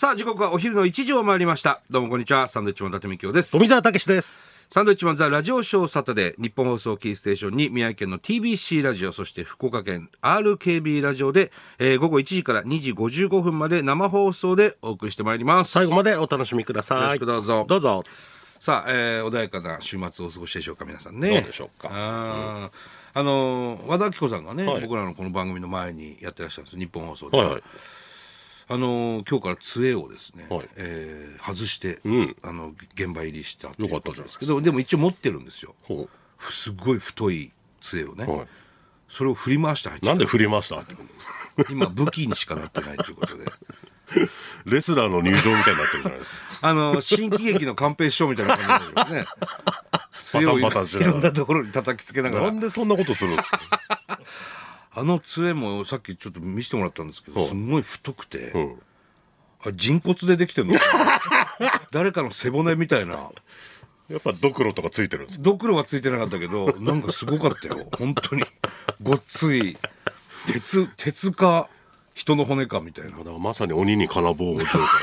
さあ時刻はお昼の1時を回りました。どうもこんにちは。サンドイッチマン伊達美京です。 富澤たけしです。 サンドイッチマンザラジオショーサタデー、日本放送キーステーションに宮城県の TBC ラジオ、そして福岡県 RKB ラジオで、午後1時から2時55分まで生放送でお送りしてまいります。 最後までお楽しみください。 よろしくどうぞ。 どうぞ。 さあ、穏やかな週末をお過ごしでしょうか皆さんね。 どうでしょうか。 和田アキ子さんがね、 はい、 僕らのこの番組の前にやってらっしゃるんです、日本放送で。 はいはい、 今日から杖をですね、 はい、 外して、現場入りしたっていうことですけど、でも一応持ってるんですよ。すごい太い杖をね、はい、それを振り回して入ってなんで振り回した今武器にしかなってないということでレスラーの入場みたいになってるじゃないですか。 新喜劇の寛平師匠みたいな感じですよね。杖をいろんなところに叩きつけながら。 なんでそんなことするんですか。 杖もさっきちょっと見せてもらったんですけど、すごい太くて、あれ人骨でできてるの誰かの背骨みたいな。 やっぱドクロとかついてるんですか。 ドクロはついてなかったけど、なんかすごかったよ本当に。ごっつい鉄か人の骨かみたいな。 だからまさに鬼に金棒を状態ですよね。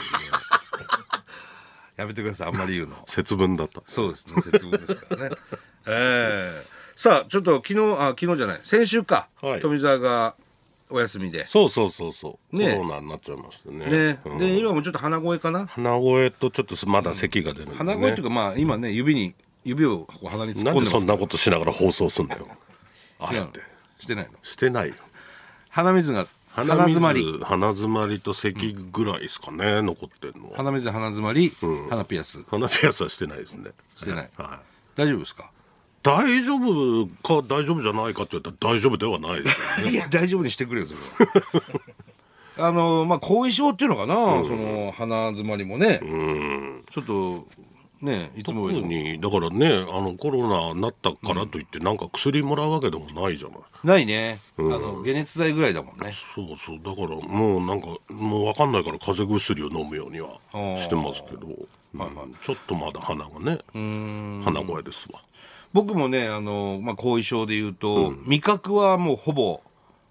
やめてください、あんまり言うの。 節分だった。 そうですね、節分ですからね。さあちょっと昨日じゃない、先週か、はい、富澤がお休みで。 そう、ね、コロナになっちゃいましたね。 で今もちょっと鼻声かな。 鼻声とちょっとまだ咳が出るんで、ね、 鼻声というか、まあ今ね指を鼻に突っ込んでます。 なんでそんなことしながら放送すんだよ。あえてしてないの。 してないよ。 鼻水が鼻詰まりと咳ぐらいですかね、残ってるのは。 鼻水、鼻詰まり、鼻ピアスはしてないですね。 してない、 はい、 大丈夫ですか。 大丈夫か大丈夫じゃないかって言ったら大丈夫ではないですよね。 いや大丈夫にしてくれよそれは。まあ後遺症っていうのかな、その鼻詰まりもね、ちょっとね、いつも特にだからね、コロナになったからといってなんか薬もらうわけでもないじゃない。 ないね、解熱剤ぐらいだもんね。 そうだからもうなんかもう分かんないから風邪薬を飲むようにはしてますけど、ちょっとまだ鼻がね、鼻声ですわ。 僕もね、まあ、後遺症でいうと、味覚はもうほぼ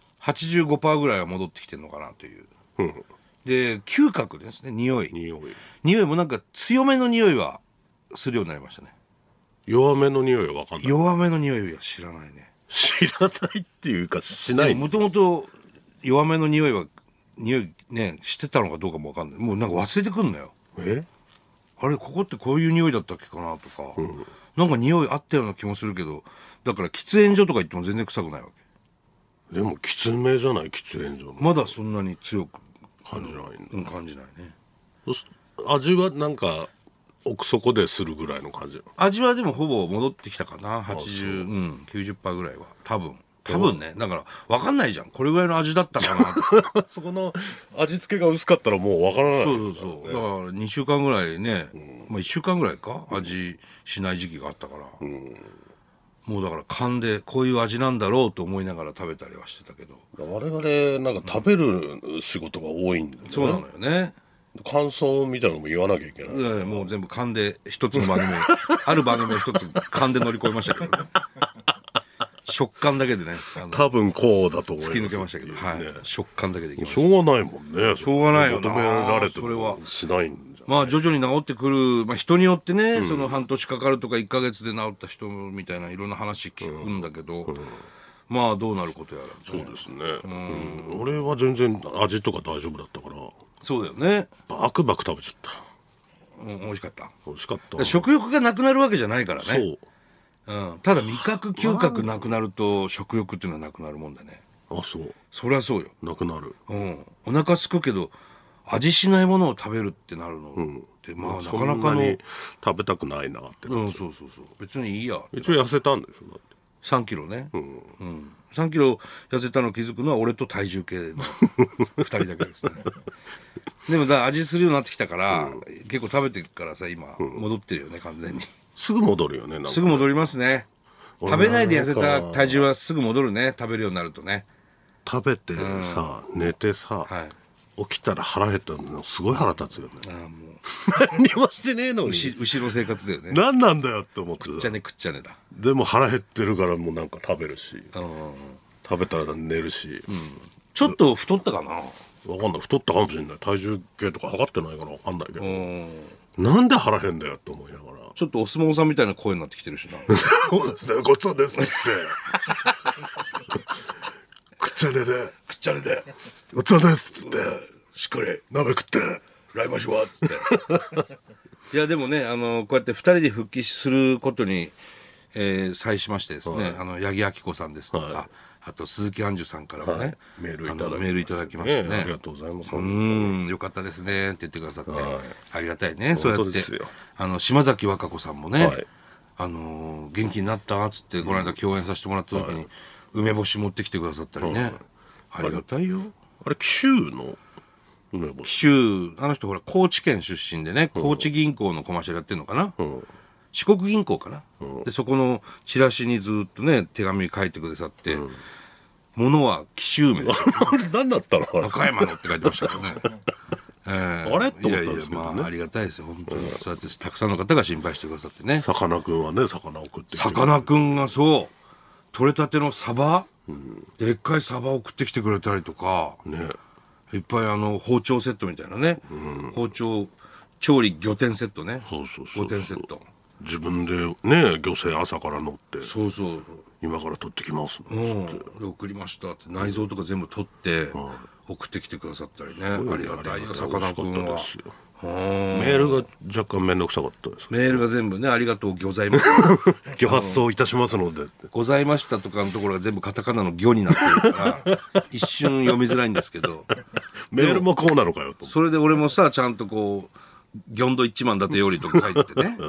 85% ぐらいは戻ってきてるのかなという、で嗅覚ですね、匂いもなんか強めの匂いはするようになりましたね。 弱めの匂いは分かんない。 弱めの匂いは知らないね。 知らないっていうかしない。 もともと弱めの匂いねしてたのかどうかも分かんない。もうなんか忘れてくんのよ。あれここってこういう匂いだったっけかなとか、なんか匂いあったような気もするけど、だから喫煙所とか行っても全然臭くないわけ。 でもきつめじゃない、喫煙所の。 まだそんなに強く感じないんだ。 感じないね。 味はなんか奥底でするぐらいの感じ。味はでもほぼ戻ってきたかな。80、90% ぐらいは多分ね。だから分かんないじゃん、これぐらいの味だったかなそこの味付けが薄かったらもう分からないですからね。 そうだから2週間ぐらいね、まあ1週間ぐらいか味しない時期があったから、もうだから勘でこういう味なんだろうと思いながら食べたりはしてたけど、 我々なんか食べる仕事が多いんで、ね、 そうなのよね。 感想みたいなのも言わなきゃいけない。 もう全部勘で一つの番組ある番組を一つ勘で乗り越えましたけどね食感だけでね、 多分こうだと思います。 突き抜けましたけど、食感だけでいきました。 しょうがないもんね。 しょうがないよな。 求められてもしないんじゃ。 まあ徐々に治ってくる、まあ、人によってね、その半年かかるとか1ヶ月で治った人みたいないろんな話聞くんだけど、まあどうなることやら、 そうですね。俺は全然味とか大丈夫だったから。 そうだよね。 バクバク食べちゃった。 美味しかった。 美味しかった。 食欲がなくなるわけじゃないからね。ただ味覚嗅覚なくなると食欲っていうのはなくなるもんだね。 あ、そう。 そりゃそうよ。 なくなる。 お腹すくけど味しないものを食べるってなるのって、まあなかなかの食べたくないなって。 そう別にいいや。 一応痩せたんでしょ。だって 3キロね。3キロ痩せたの気づくのは俺と体重計の2人だけですねでも味するようになってきたから、結構食べてるからさ今、戻ってるよね完全に。 すぐ戻るよね。 すぐ戻りますね。食べないで痩せた体重はすぐ戻るね、食べるようになるとね。 食べてさ、寝てさ、起きたら腹減ったのすごい腹立つよね。もう何もしてねえのに後ろ生活だよね。 何なんだよって思って。 食っちゃねだ。 でも腹減ってるからもうなんか食べるし、食べたら寝るし、 ちょっと太ったかな。 わかんない、太ったかもしれない、体重計とか測ってないからわかんないけど、なんで腹減んだよって思いながら。 ちょっとお相撲さんみたいな声になってきてるしな。 そうですね、ごちそうですっつってくっちゃねでくっちゃねでごちそうですっつってしっかり鍋食って来ましょうっつっていやでもねこうやって2人で復帰することに、際しましてですね、八木亜希子さんですとか、あと鈴木杏樹さんからもね、 メールいただきましてね、 ありがとうございます。 よかったですねって言ってくださって、ありがたいね。 本そうやって当ですよ島崎和歌子さんもね、 はい元気になったっつってこの間共演させてもらった時に、梅干し持ってきてくださったりね、ありがたいよ。 あれ紀州の梅干し。 紀州あの人ほら高知県出身でね、高知銀行のコマーシャルやってるのかな、四国銀行かな、でそこのチラシにずっとね手紙書いてくださって、ものは紀州梅で何だったのあれ。 和歌山のって書いてましたからねあれと思ったんですけどね。 いやいやまあありがたいですよ本当に、そうやってたくさんの方が心配してくださってね。 さかなクンはね、魚を食ってきてさかなクンがそう取れたてのサバ、でっかいサバを送ってきてくれたりとか、 ね。 いっぱい包丁セットみたいなね、包丁調理魚店セットね、 そうそうそう 5点セット、 自分でね、漁船朝から乗ってそうそう今から取ってきますもん。 で送りましたって内臓とか全部取って送ってきてくださったりね、ありがたいよさかなクンは。 メールが若干面倒くさかったです。 メールが全部ねありがとうございますご発送いたしますのでってございましたとかのところが全部カタカナの魚になってるから一瞬読みづらいんですけど、 メールもこうなのかよと。 それで俺もさちゃんとこうギョンド一万だってよりとか書いててね、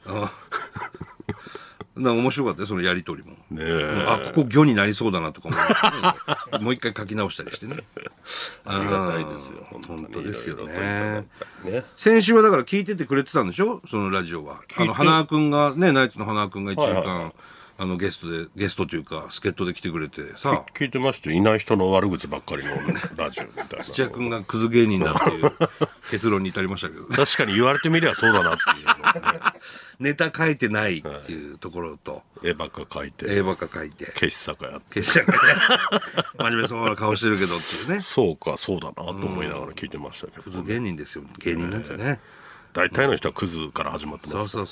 面白かったよそのやり取りも。 ねえ、 あここ魚になりそうだなとかも、もう一回書き直したりしてね。 ありがたいですよ。 本当ですよね。 ね。 先週はだから聞いててくれてたんでしょそのラジオは。花輪くんがねナイツの花輪くんが1時間、ゲストというか助っ人で来てくれてさ、 聞いてましたよ。いない人の悪口ばっかりのラジオみたいな。 土屋くんがクズ芸人だっていう結論に至りましたけど確かに言われてみりゃそうだなっていうのをね。 ネタ書いてないっていうところと、 絵ばっか描いて絵ばっか書いて消し坂やって、 決して真面目そうな顔してるけどっていうね、 そうかそうだなと思いながら聞いてましたけど、 クズ芸人ですよ芸人なんてね、 大体の人はクズから始まってますそう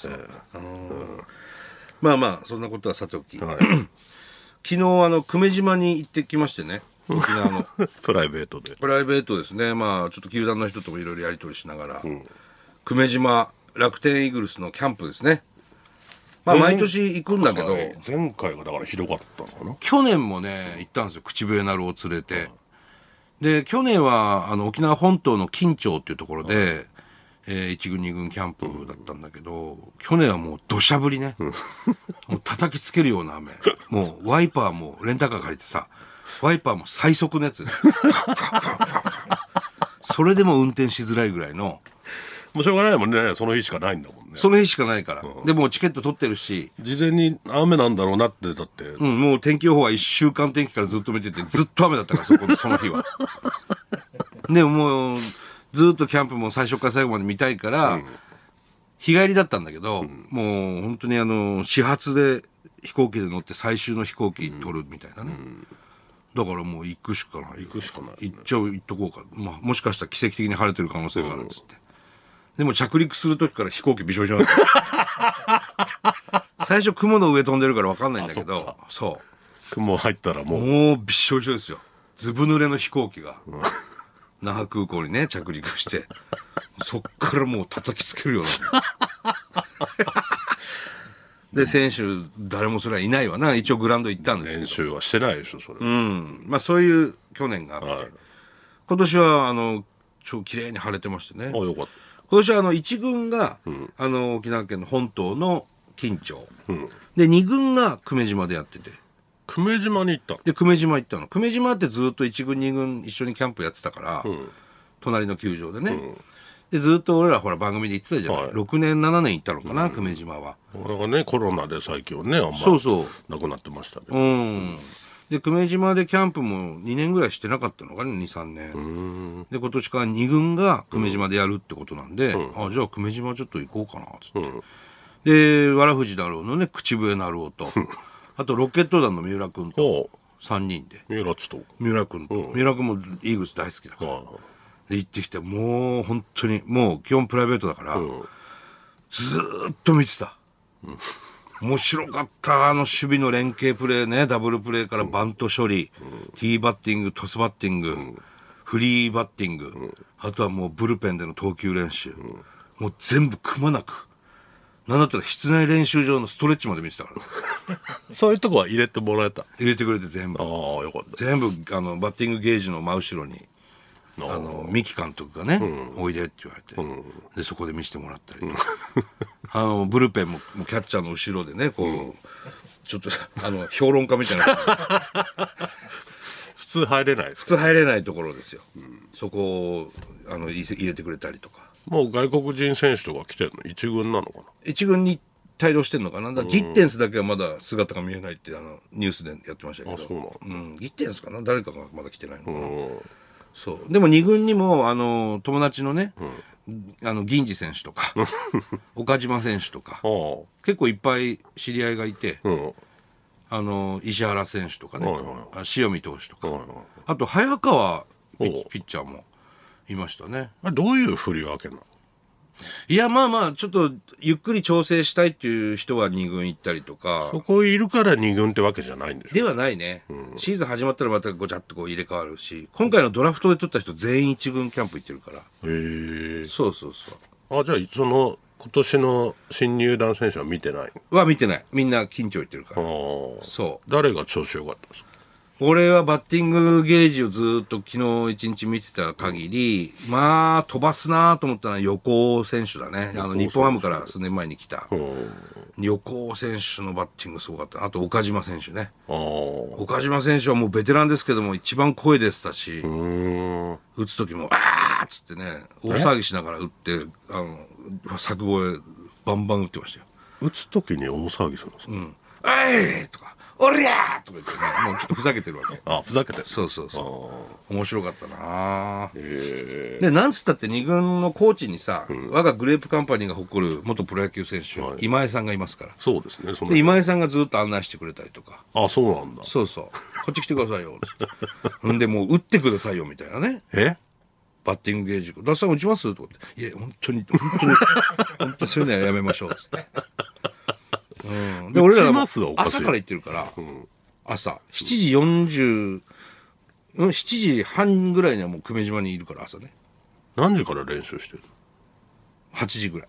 まあまあそんなことはさておき、 はい、 昨日久米島に行ってきましてね、沖縄のプライベートでプライベートですね。まあちょっと球団の人ともいろいろやり取りしながら、久米島楽天イーグルスのキャンプですね。まあ毎年行くんだけど、 前回がだからひどかったのかな。 去年もね行ったんですよ口笛なるを連れて、で去年は沖縄本島の金武っていうところで、1軍2軍キャンプだったんだけど、去年はもう土砂降りね、もう叩きつけるような雨、もうワイパーもレンタカー借りてさ、ワイパーも最速のやつですそれでも運転しづらいぐらいの、 もうしょうがないもんね、その日しかないんだもんね。 その日しかないから、でもうチケット取ってるし、 事前に雨なんだろうなって、だって、 もう天気予報は1週間天気からずっと見ててずっと雨だったからその日はでももうずっとキャンプも最初から最後まで見たいから、日帰りだったんだけど、もう本当に始発で飛行機で乗って最終の飛行機取るみたいなね、だからもう行くしかない、 行くしかない、 行っとこうか、もしかしたら奇跡的に晴れてる可能性があるっつって、でも着陸する時から飛行機びしょびしょだった最初雲の上飛んでるから分かんないんだけど、そう雲入ったらもうびっしょびしょですよ、ずぶ濡れの飛行機が、那覇空港にね着陸してそっからもう叩きつけるようなで選手誰もそれはいないわな、一応グラウンド行ったんですけど練習はしてないでしょそれ。 まあそういう去年があって、今年は超綺麗に晴れてましてね。 よかった。 今年は1軍が、沖縄県の本島の金武、で2軍が久米島でやってて、 久米島に行ったの。 で久米島行ったの。久米島ってずっと1軍2軍一緒にキャンプやってたから、隣の球場でね、でずっと俺らほら番組で言ってたじゃない、6年7年行ったのかな、久米島は。 俺がねコロナで最近はねあんまなくなってましたけど、 で久米島でキャンプも2年ぐらいしてなかったのかね、 2,3 年で今年から2軍が久米島でやるってことなんで、じゃあ久米島ちょっと行こうかなっつって、でわらふじだろうのね口笛なるおとあとロケット団の三浦君と 3人で三浦っちと三浦君と、三浦君もイーグルス大好きだから、で行ってきて、もう本当にもう基本プライベートだから、ずーっと見てた、面白かった。守備の連携プレーね、ダブルプレーからバント処理、ティーバッティング、トスバッティング、フリーバッティング、あとはもうブルペンでの投球練習、もう全部くまなく、なんだったら室内練習場のストレッチまで見てたからね。 そういうとこは入れてもらえた。 入れてくれて全部。 ああ、よかった。 全部バッティングゲージの真後ろに三木監督がね、おいでって言われて、でそこで見せてもらったりとか、ブルペンもキャッチャーの後ろでね、こう、ちょっと評論家みたいな普通入れないですか。 普通入れないところですよ、そこを入れてくれたりとか。 もう外国人選手とか来てるの一軍なのかな。 一軍に帯同してんのかな。だからギッテンスだけはまだ姿が見えないってニュースでやってましたけど。 あ、そうなの。 ギッテンスかな、誰かがまだ来てないのかな。そうでも2軍にも友達のね、銀次選手とか岡島選手とか結構いっぱい知り合いがいて、石原選手とかね、塩見投手とか、あと早川ピッチャーもいましたね。 どういう振り分けなの。 いや、まあまあちょっとゆっくり調整したいっていう人は2軍行ったりとか。 そこいるから2軍ってわけじゃないんでしょ。 ではないね、シーズン始まったらまたごちゃっとこう入れ替わるし、今回のドラフトで取った人全員1軍キャンプ行ってるから。 へえ。 そうそうそう。 じゃあ今年の新入団選手は見てないは見てない。みんな緊張いってるから。そう。 誰が調子良かったんですか。 俺はバッティングゲージをずっと昨日一日見てた限り、まあ飛ばすなと思ったのは横尾選手だね。日本ハムから数年前に来た横尾選手のバッティングすごかった。あと岡島選手ね。岡島選手はもうベテランですけども一番声出てたし、打つ時もあーっつってね、大騒ぎしながら打って、柵越えバンバン打ってましたよ。 打つ時に大騒ぎするんですか。 おいとかおりゃーとか言ってね、もうちょっとふざけてるわけ。 ふざけてる。 そうそうそう。面白かったな。で、なんつったって2軍のコーチにさ、我がグレープカンパニーが誇る元プロ野球選手、今江さんがいますから。 そうですね。 で、今江さんがずっと案内してくれたりとか。 そうなんだ。 そうそう。こっち来てくださいよ。んで、もう打ってくださいよみたいなね。バッティングゲージ。ダッサン打ちますとかって。いや、本当にそういうのはやめましょう。つって。で俺らも朝から行ってるから、朝7時7時半ぐらいにはもう久米島にいるから朝ね。 何時から練習してる ？8時ぐらい。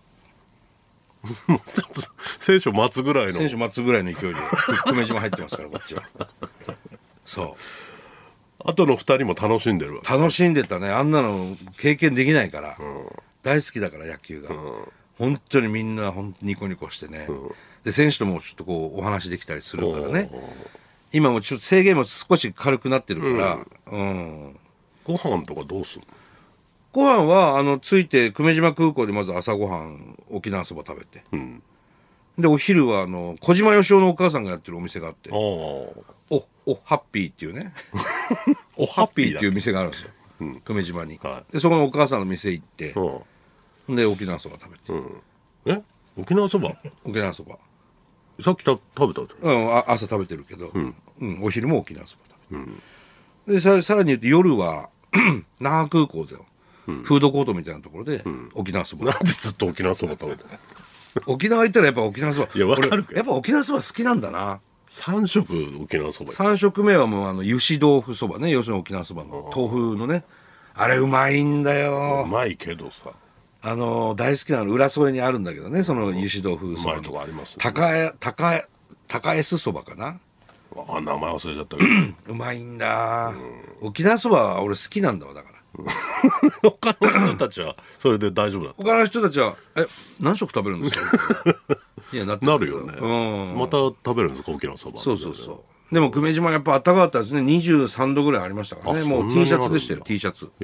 選手待つぐらいの勢いで久米島入ってますからこっちは。そうあとの2人も楽しんでるわ。 楽しんでたね。あんなの経験できないから、大好きだから野球が、本当にみんな本当ニコニコしてね、で選手ともちょっとこうお話できたりするからね。今もちょっと制限も少し軽くなってるから、 ご飯とかどうするの。 ご飯は着いて久米島空港でまず朝ごはん沖縄そば食べて、でお昼は小島よしおのお母さんがやってるお店があって、おハッピーっていうねおハッピーっていう店があるんですよ、久米島に、でそこのお母さんの店行って、で沖縄そば食べて、 沖縄そばさっき食べた朝食べてるけど、お昼も沖縄そば食べて、でさらに言うと夜は那覇空港でフードコートみたいなところで沖縄そば、 なんでずっと沖縄そば食べてる沖縄行ったらやっぱ沖縄そば。 いや分かるけどやっぱ沖縄そば好きなんだな。 3食沖縄そば。 3食目はもう油脂豆腐そばね、要するに沖縄そばの豆腐のね、あれうまいんだよ。 うまいけどさ、 大好きなの浦添にあるんだけどね、その油脂豆腐そばのうまいとこありますね。 高江そばかな、 名前忘れちゃったけどうまいんだ、沖縄そばは俺好きなんだわ。だから他の人たちはそれで大丈夫だった。 他の人たちは何食食べるんですかいやなるよね、また食べるんですか沖縄そば。 そうでも久米島やっぱ暖かかったですね。23度ぐらいありましたからね。もう T シャツでしたよ。 T シャツ。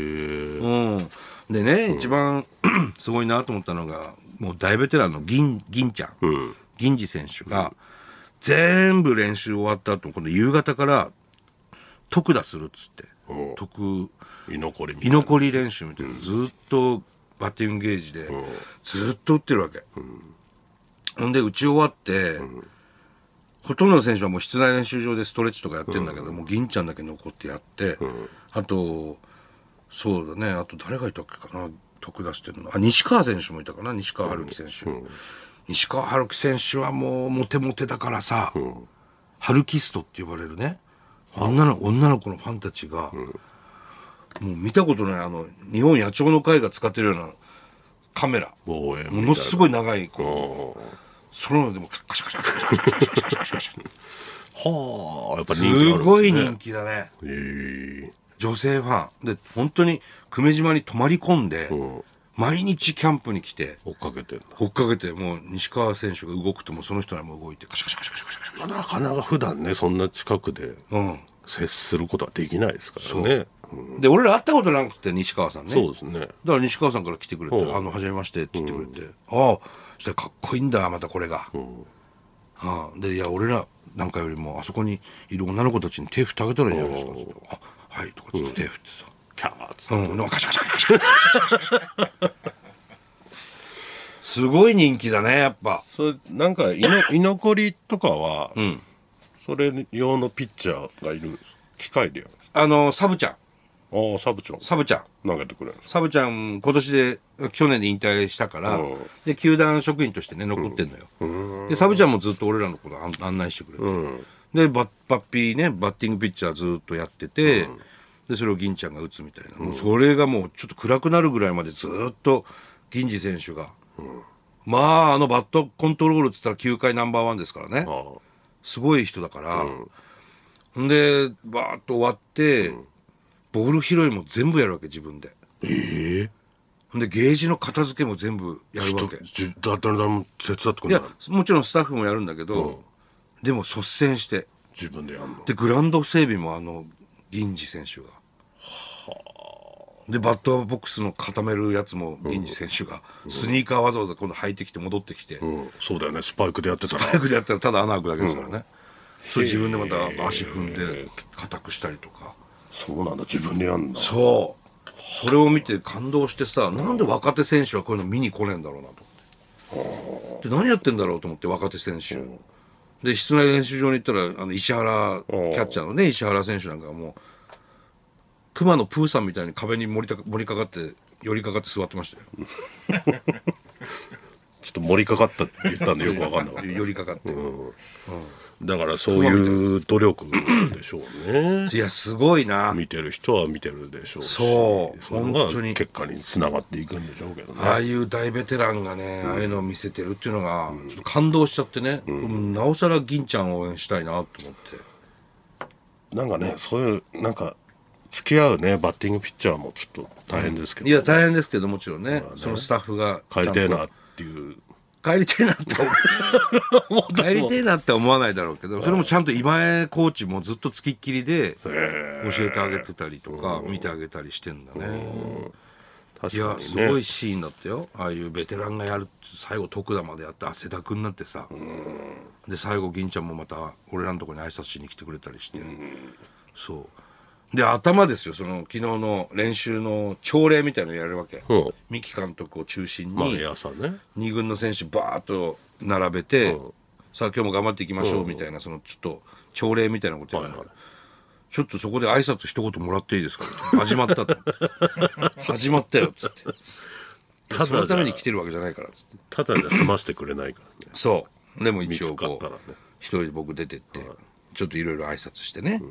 でね、一番すごいなと思ったのがもう大ベテランの銀ちゃん、銀次選手が全部練習終わった後今度夕方から特打するっつって、居残り練習みたいな、ずっとバッティングゲージでずっと打ってるわけ、ほんで打ち終わって、 ほとんどの選手はもう室内練習場でストレッチとかやってるんだけど、もう銀ちゃんだけ残ってやって、あとそうだね、あと誰がいたっけかな、得出してるの、西川選手もいたかな、西川春樹選手、西川春樹選手はもうモテモテだからさ、春キストって呼ばれるね、女の子のファンたちが、もう見たことない日本野鳥の会が使ってるようなカメラ、ものすごい長いそのでもカシャカシャカシャカシャカシャカシャカシャカシャ、 はあ、やっぱ人気あるんですね。 すごい人気だね。女性ファンで本当に久米島に泊まり込んで、毎日キャンプに来て追っかけてんだ。 追っかけて、もう西川選手が動くともうその人らも動いてカシャカシャカシャカシャカシャカシャ。 なかなか普段ねそんな近くで接することはできないですからね。 で俺ら会ったことなくて西川さんね。 そうですね。 だから西川さんから来てくれて「はじめまして」って言ってくれて「ああそしたらかっこいいんだまたこれが」で「いや俺らなんかよりもあそこにいる女の子たちに手振ってあげたらいいじゃないですか」って「あはい」とかつって手振ってさ 「キャー」っつってでもカシャカシャカシャカシャすごい人気だねやっぱ。 それなんか居残りとかは、それ用のピッチャーがいるんです機械でやる。 サブちゃん。 サブちゃん投げてくれる。 サブちゃん今年で去年で引退したから、で球団職員としてね残ってんのよ、でサブちゃんもずっと俺らのこと案内してくれて、でバッピーねバッティングピッチャーずっとやってて、でそれを銀ちゃんが打つみたいな、もうそれがもうちょっと暗くなるぐらいまでずっと銀次選手が、まあバットコントロールっつったら球界ナンバーワンですからね、すごい人だから、んでバーッと終わって、ボール拾いも全部やるわけ自分で。ほんでゲージの片付けも全部やるわけ。 誰も手伝ってくれない。 いやもちろんスタッフもやるんだけど、でも率先して自分でやるの。 でグラウンド整備も銀次選手が、でバットボックスの固めるやつも銀次選手が、スニーカーわざわざ今度履いてきて戻ってきて、 そうだよね、スパイクでやってたら。 スパイクでやったらただ穴開くだけですからね、それ自分でまた足踏んで固くしたりとか。 そうなんだ、自分でやるんだ。 それを見て感動してさ、なんで若手選手はこういうの見に来ねえんだろうなと思って、で何やってんだろうと思って、若手選手、で室内練習場に行ったら石原キャッチャーのね石原選手なんかがもう熊野プーさんみたいに壁に寄りかかって座ってましたよちょっと盛りかかったって言ったんでよく分かんない寄りかかって、 だからそういう努力でしょうね。 いやすごいな。 見てる人は見てるでしょうし、 そう本当に結果につながっていくんでしょうけどね。 ああいう大ベテランがね、ああいうのを見せてるっていうのがちょっと感動しちゃってね、なおさら銀ちゃんを応援したいなと思って。 なんかね、そういうなんか付き合うねバッティングピッチャーもちょっと大変ですけど、 いや大変ですけどもちろんね、そのスタッフが帰りてえなっていう。 帰りてえなって帰りてえなって思わないだろうけど、それもちゃんと今江コーチもずっと付きっきりで教えてあげてたりとか見てあげたりしてんだね。いやすごいシーンだったよ、ああいうベテランがやる最後徳田までやって汗だくになってさ、で最後銀ちゃんもまた俺らのところに挨拶しに来てくれたりして、そうで頭ですよ、その昨日の練習の朝礼みたいなのやるわけ、三木監督を中心に朝ね 2軍の選手バーッと並べて、さあ今日も頑張っていきましょうみたいな、そのちょっと朝礼みたいなことやるんだけど、ちょっとそこで挨拶一言もらっていいですかって始まったと始まったよっつって、そのために来てるわけじゃないからっつって、 ただじゃ済ましてくれないからね。 そうでも一応こう一人で僕出てってちょっといろいろ挨拶してね、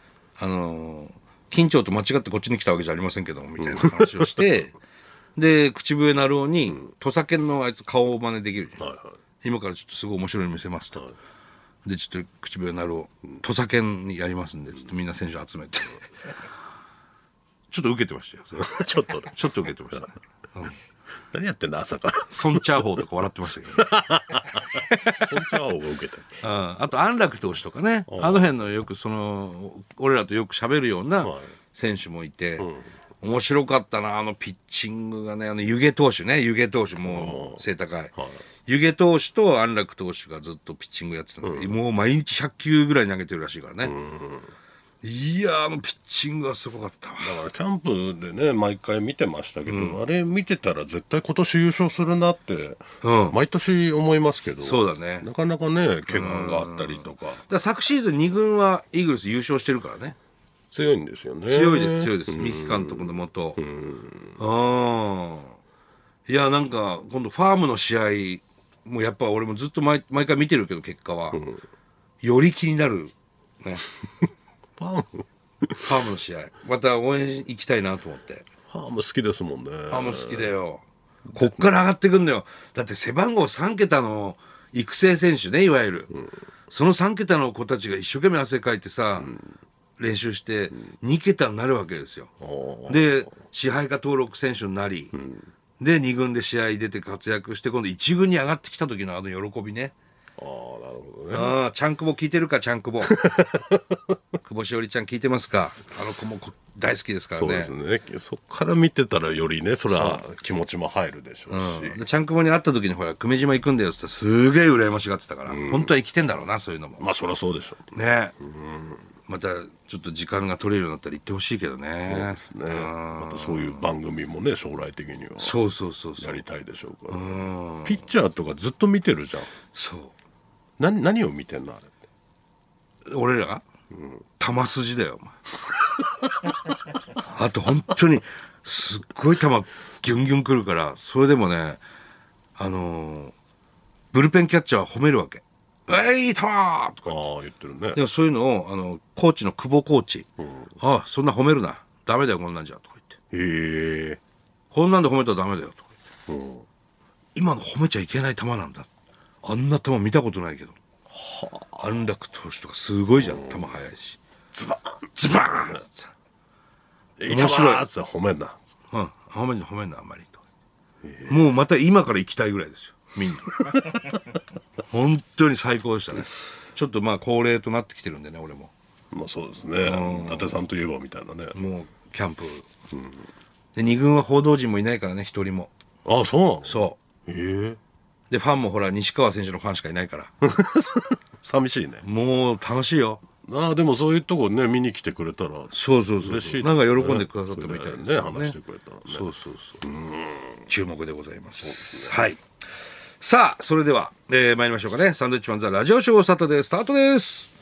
緊張と間違ってこっちに来たわけじゃありませんけどもみたいな話をしてで口笛なるおに土佐犬のあいつ顔を真似できるじゃん、今からちょっとすごい面白いの見せますと、でちょっと口笛なるお土佐犬にやりますんでつってみんな選手集めてちょっと受けてましたよちょっと受けてました、 何やってんだ朝からソンチャーホーとか笑ってましたけど、 ソンチャーホーが受けた。 あと安楽投手とかね、あの辺のよくその俺らとよく喋るような選手もいて、面白かったなピッチングがね、湯気投手もう背高い、湯気投手と安楽投手がずっとピッチングやってたので、もう毎日100球ぐらい投げてるらしいからね、 いやピッチングはすごかったわ。 だからキャンプでね毎回見てましたけど、あれ見てたら絶対今年優勝するなって、毎年思いますけど、 そうだね。 なかなかね怪我があったりとか。 だから昨シーズン2軍はイーグルス優勝してるからね。 強いんですよね。 強いです三木監督のもと。いやなんか今度ファームの試合もやっぱ俺もずっと毎回見てるけど結果は、より気になるね。 ファームの試合また応援行きたいなと思って。 ファーム好きですもんね。ファーム好きだよ。こっから上がってくんだよ。だって背番号3桁の育成選手ねいわゆる、その3桁の子たちが一生懸命汗かいてさ、練習して2桁になるわけですよ。で支配下登録選手になり、で2軍で試合出て活躍して今度1軍に上がってきた時の喜びね。 なるほどね。 ちゃんくぼ聞いてるかちゃんくぼ久保しおりちゃん聞いてますか。あの子も大好きですからね。 そうですね。そっから見てたらよりねそれは気持ちも入るでしょうし、 でちゃんくぼに会った時にほら久米島行くんだよって言ったらすげえ羨ましがってたから、本当は生きてんだろうなそういうのも。 まあそりゃそうでしょうね。またちょっと時間が取れるようになったら行ってほしいけどね。 ね。またそういう番組もね将来的にはそうやりたいでしょうから、ピッチャーとかずっと見てるじゃん。 そう何を見てんのあれ。 俺ら、球筋だよお前あと本当にすっごい球ギュンギュンくるから、それでもねブルペンキャッチャーは褒めるわけ。いい球とか言ってるね。 でもそういうのをコーチの久保コーチ、そんな褒めるなダメだよこんなんじゃとか言って、こんなんで褒めたらダメだよとか言って、今の褒めちゃいけない球なんだ、あんな球見たことないけど、安楽投手とかすごいじゃん、球速いしズバーンズバーン面白い。 褒めんな。 褒めんなあんまりと、もうまた今から行きたいぐらいですよみんな本当に最高でしたね。ちょっとまあ恒例となってきてるんでね俺も。 まあそうですね。伊達さんといえばみたいなね。 もうキャンプ、で2軍は報道陣もいないからね一人も。 そうなの。 そうでファンもほら西川選手のファンしかいないから寂しいね。 もう楽しいよ。 でもそういうとこね見に来てくれたらそう嬉しい、 なんか喜んでくださってみたいですね。 話してくれたらね。 そう注目でございます。はい。さあそれでは、参りましょうかね。サンドウィッチマンザラジオショーサタデースタートです。